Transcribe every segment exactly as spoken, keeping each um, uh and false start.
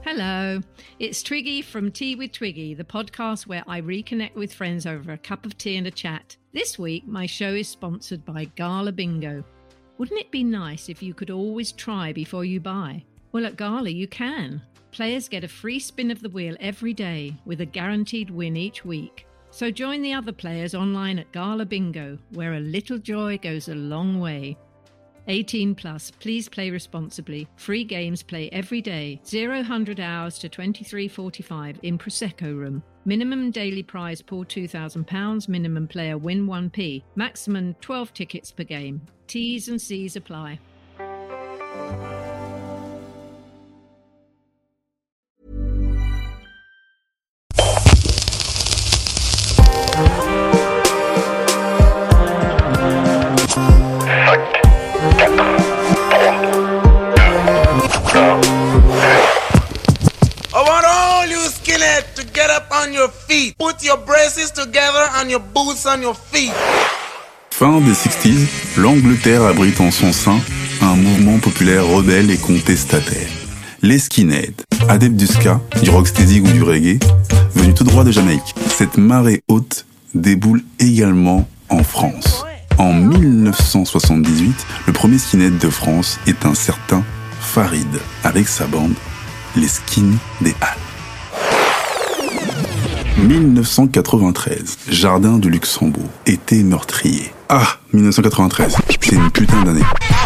Hello, it's Twiggy from Tea with Twiggy, the podcast where I reconnect with friends over a cup of tea and a chat. This week, my show is sponsored by Gala Bingo. Wouldn't it be nice if you could always try before you buy? Well, at Gala, you can. Players get a free spin of the wheel every day with a guaranteed win each week. So join the other players online at Gala Bingo, where a little joy goes a long way. eighteen plus, please play responsibly. Free games play every day. zero hundred hours to twenty-three forty-five in Prosecco Room. Minimum daily prize pool two thousand pounds. Minimum player win one p. Maximum twelve tickets per game. T's and C's apply. I want all you skinheads to get up on your feet. Put your braces together and your boots on your feet. Fin des sixties, l'Angleterre abrite en son sein un mouvement populaire rebelle et contestataire. Les skinheads, adeptes du ska, du rocksteady ou du reggae, venus tout droit de Jamaïque. Cette marée haute déboule également en France. En dix-neuf cent soixante-dix-huit, le premier skinhead de France est un certain Farid, avec sa bande, les Skins des Halles. dix-neuf cent quatre-vingt-treize, Jardin du Luxembourg, été meurtrier. Ah, dix-neuf cent quatre-vingt-treize, c'est une putain d'année.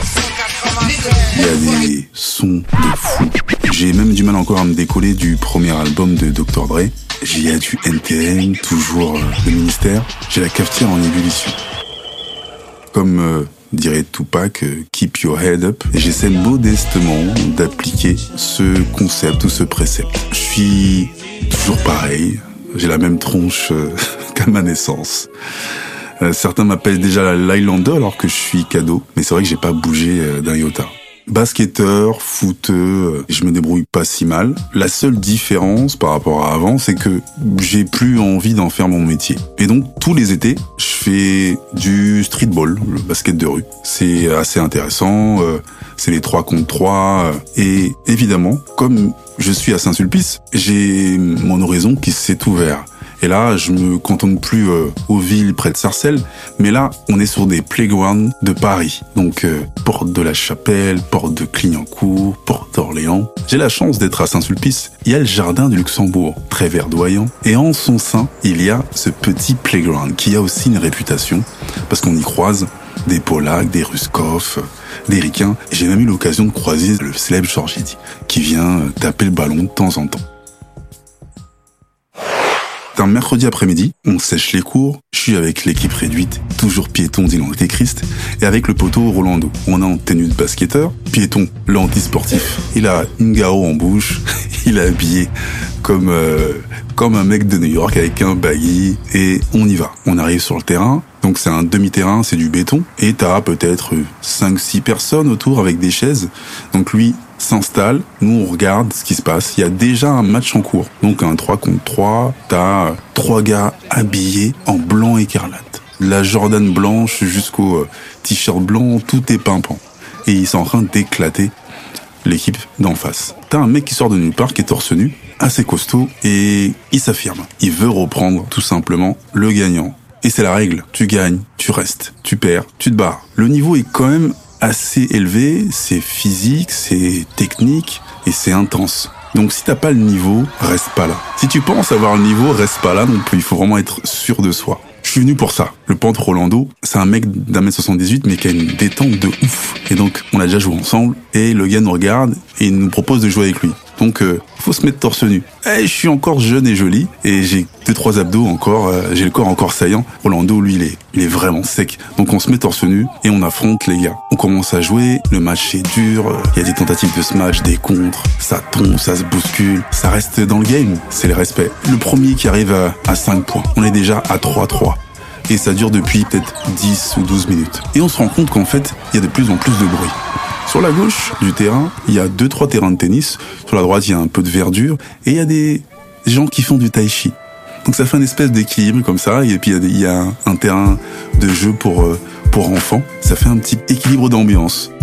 Il y a des sons de fou. J'ai même du mal encore à me décoller du premier album de docteur Dre. J'y ai du N T M, toujours euh, le ministère. J'ai la cafetière en ébullition. Comme euh, dirait Tupac, euh, keep your head up. Et j'essaie modestement d'appliquer ce concept ou ce précepte. Je suis toujours pareil. J'ai la même tronche euh, qu'à ma naissance. Euh, certains m'appellent déjà l'Highlander alors que je suis cadeau. Mais c'est vrai que j'ai pas bougé euh, d'un iota. Basketteur, footeux, je me débrouille pas si mal. La seule différence par rapport à avant, c'est que j'ai plus envie d'en faire mon métier. Et donc, tous les étés, je fais du streetball, le basket de rue. C'est assez intéressant, euh, c'est les trois contre trois. Euh, et évidemment, comme je suis à Saint-Sulpice, j'ai mon horizon qui s'est ouvert. Et là, je me cantonne plus euh, aux villes près de Sarcelles, mais là, on est sur des playgrounds de Paris. Donc, euh, porte de la Chapelle, porte de Clignancourt, porte d'Orléans. J'ai la chance d'être à Saint-Sulpice. Il y a le Jardin du Luxembourg, très verdoyant. Et en son sein, il y a ce petit playground qui a aussi une réputation, parce qu'on y croise des Polacks, des Ruskov, des Ricains. J'ai même eu l'occasion de croiser le célèbre Georgidi, qui vient taper le ballon de temps en temps. Un mercredi après-midi, on sèche les cours, je suis avec l'équipe réduite, toujours piéton dit l'Antéchrist, et avec le poteau Rolando. On est en tenue de basketteur, piéton, l'anti-sportif. Il a une garo en bouche, il est habillé comme euh, comme un mec de New York avec un baggy, et on y va. On arrive sur le terrain, donc c'est un demi-terrain, c'est du béton, et t'as peut-être cinq six personnes autour avec des chaises. Donc lui s'installe, nous on regarde ce qui se passe. Il y a déjà un match en cours, donc un trois contre trois, t'as trois gars habillés en blanc écarlate. La Jordan blanche jusqu'au euh, t-shirt blanc, tout est pimpant. Et ils sont en train d'éclater l'équipe d'en face. T'as un mec qui sort de nulle part, qui est torse nu, assez costaud, et il s'affirme. Il veut reprendre tout simplement le gagnant. Et c'est la règle, tu gagnes, tu restes, tu perds, tu te barres. Le niveau est quand même assez élevé, c'est physique, c'est technique et c'est intense. Donc si t'as pas le niveau, reste pas là. Si tu penses avoir le niveau, reste pas là non plus. Il faut vraiment être sûr de soi. Je suis venu pour ça. Le pente Rolando, c'est un mec d'un mètre soixante-dix-huit mais qui a une détente de ouf. Et donc on a déjà joué ensemble et le gars nous regarde et il nous propose de jouer avec lui. Donc euh, faut se mettre torse nu. Eh, je suis encore jeune et joli et j'ai deux trois abdos encore, euh, j'ai le corps encore saillant. Rolando lui il est il est vraiment sec. Donc on se met torse nu et on affronte les gars. On commence à jouer, le match est dur, il y a des tentatives de smash, des contres, ça tombe, ça se bouscule, ça reste dans le game, c'est le respect. Le premier qui arrive à, à cinq points, on est déjà à trois trois. Et ça dure depuis peut-être dix ou douze minutes. Et on se rend compte qu'en fait, il y a de plus en plus de bruit. Sur la gauche du terrain, il y a deux trois terrains de tennis. Sur la droite, il y a un peu de verdure. Et il y a des gens qui font du tai chi. Donc ça fait une espèce d'équilibre comme ça. Et puis il y a, des, il y a un, un terrain de jeu pour, euh, pour enfants. Ça fait un petit équilibre d'ambiance.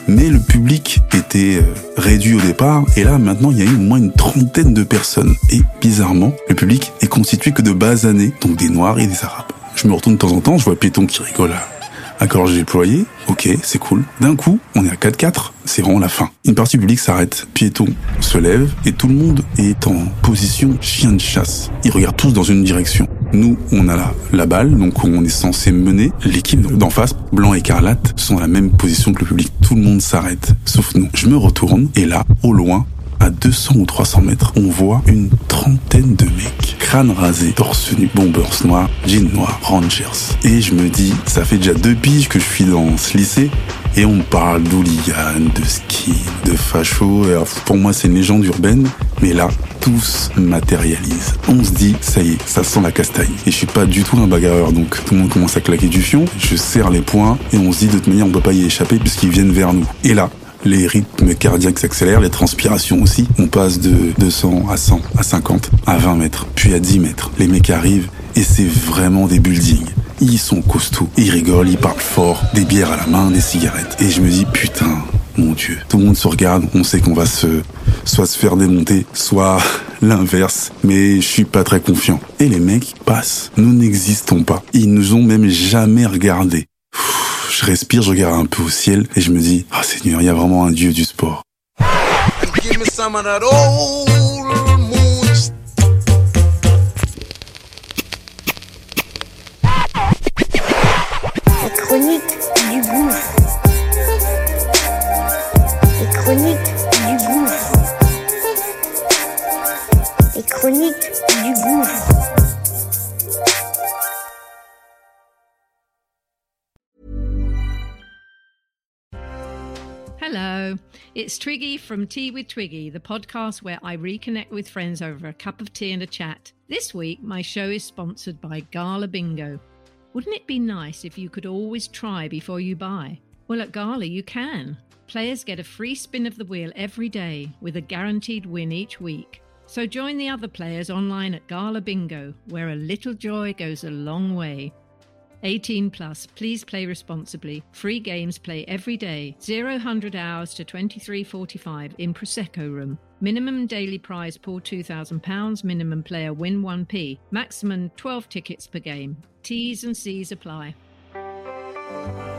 Mais le public était réduit au départ, et là, maintenant, il y a eu au moins une trentaine de personnes. Et bizarrement, le public est constitué que de basanés, donc des Noirs et des Arabes. Je me retourne de temps en temps, je vois Péton qui rigole à, à gorge déployée. Ok, c'est cool. D'un coup, on est à quatre quatre, c'est vraiment la fin. Une partie du public s'arrête, Piéton se lève, et tout le monde est en position chien de chasse. Ils regardent tous dans une direction. Nous, on a la, la balle, donc on est censé mener. L'équipe d'en face, blanc et écarlate, sont à la même position que le public. Tout le monde s'arrête, sauf nous. Je me retourne, et là, au loin, à deux cents ou trois cents mètres, on voit une trentaine de mecs, crâne rasé, torse nu, bombers noirs, jeans noirs, rangers. Et je me dis, ça fait déjà deux piges que je suis dans ce lycée, et on me parle d'hooligans, de ski, de facho. Alors, pour moi, c'est une légende urbaine, mais là, tout se matérialise. On se dit, ça y est, ça sent la castagne. Et je suis pas du tout un bagarreur, donc tout le monde commence à claquer du fion. Je serre les poings, et on se dit, de toute manière, on peut pas y échapper, puisqu'ils viennent vers nous. Et là, les rythmes cardiaques s'accélèrent, les transpirations aussi. On passe de deux cents à cent, à cinquante, à vingt mètres, puis à dix mètres. Les mecs arrivent et c'est vraiment des buildings. Ils sont costauds, ils rigolent, ils parlent fort, des bières à la main, des cigarettes. Et je me dis, putain, mon Dieu. Tout le monde se regarde, on sait qu'on va se, soit se faire démonter, soit l'inverse. Mais je suis pas très confiant. Et les mecs passent. Nous n'existons pas. Ils nous ont même jamais regardés. Je respire, je regarde un peu au ciel et je me dis, ah Seigneur, il y a vraiment un Dieu du sport. Give me some of that old moon. La chronique du gouffre. Les chroniques du gouffre. Les chroniques du gouffre. Hello, it's Twiggy from Tea with Twiggy, the podcast where I reconnect with friends over a cup of tea and a chat. This week, my show is sponsored by Gala Bingo. Wouldn't it be nice if you could always try before you buy? Well, at Gala, you can. Players get a free spin of the wheel every day with a guaranteed win each week. So join the other players online at Gala Bingo, where a little joy goes a long way. eighteen plus, please play responsibly. Free games play every day. zero hundred hours to twenty-three forty-five in Prosecco Room. Minimum daily prize pool two thousand pounds. Minimum player win one p. Maximum twelve tickets per game. T's and C's apply.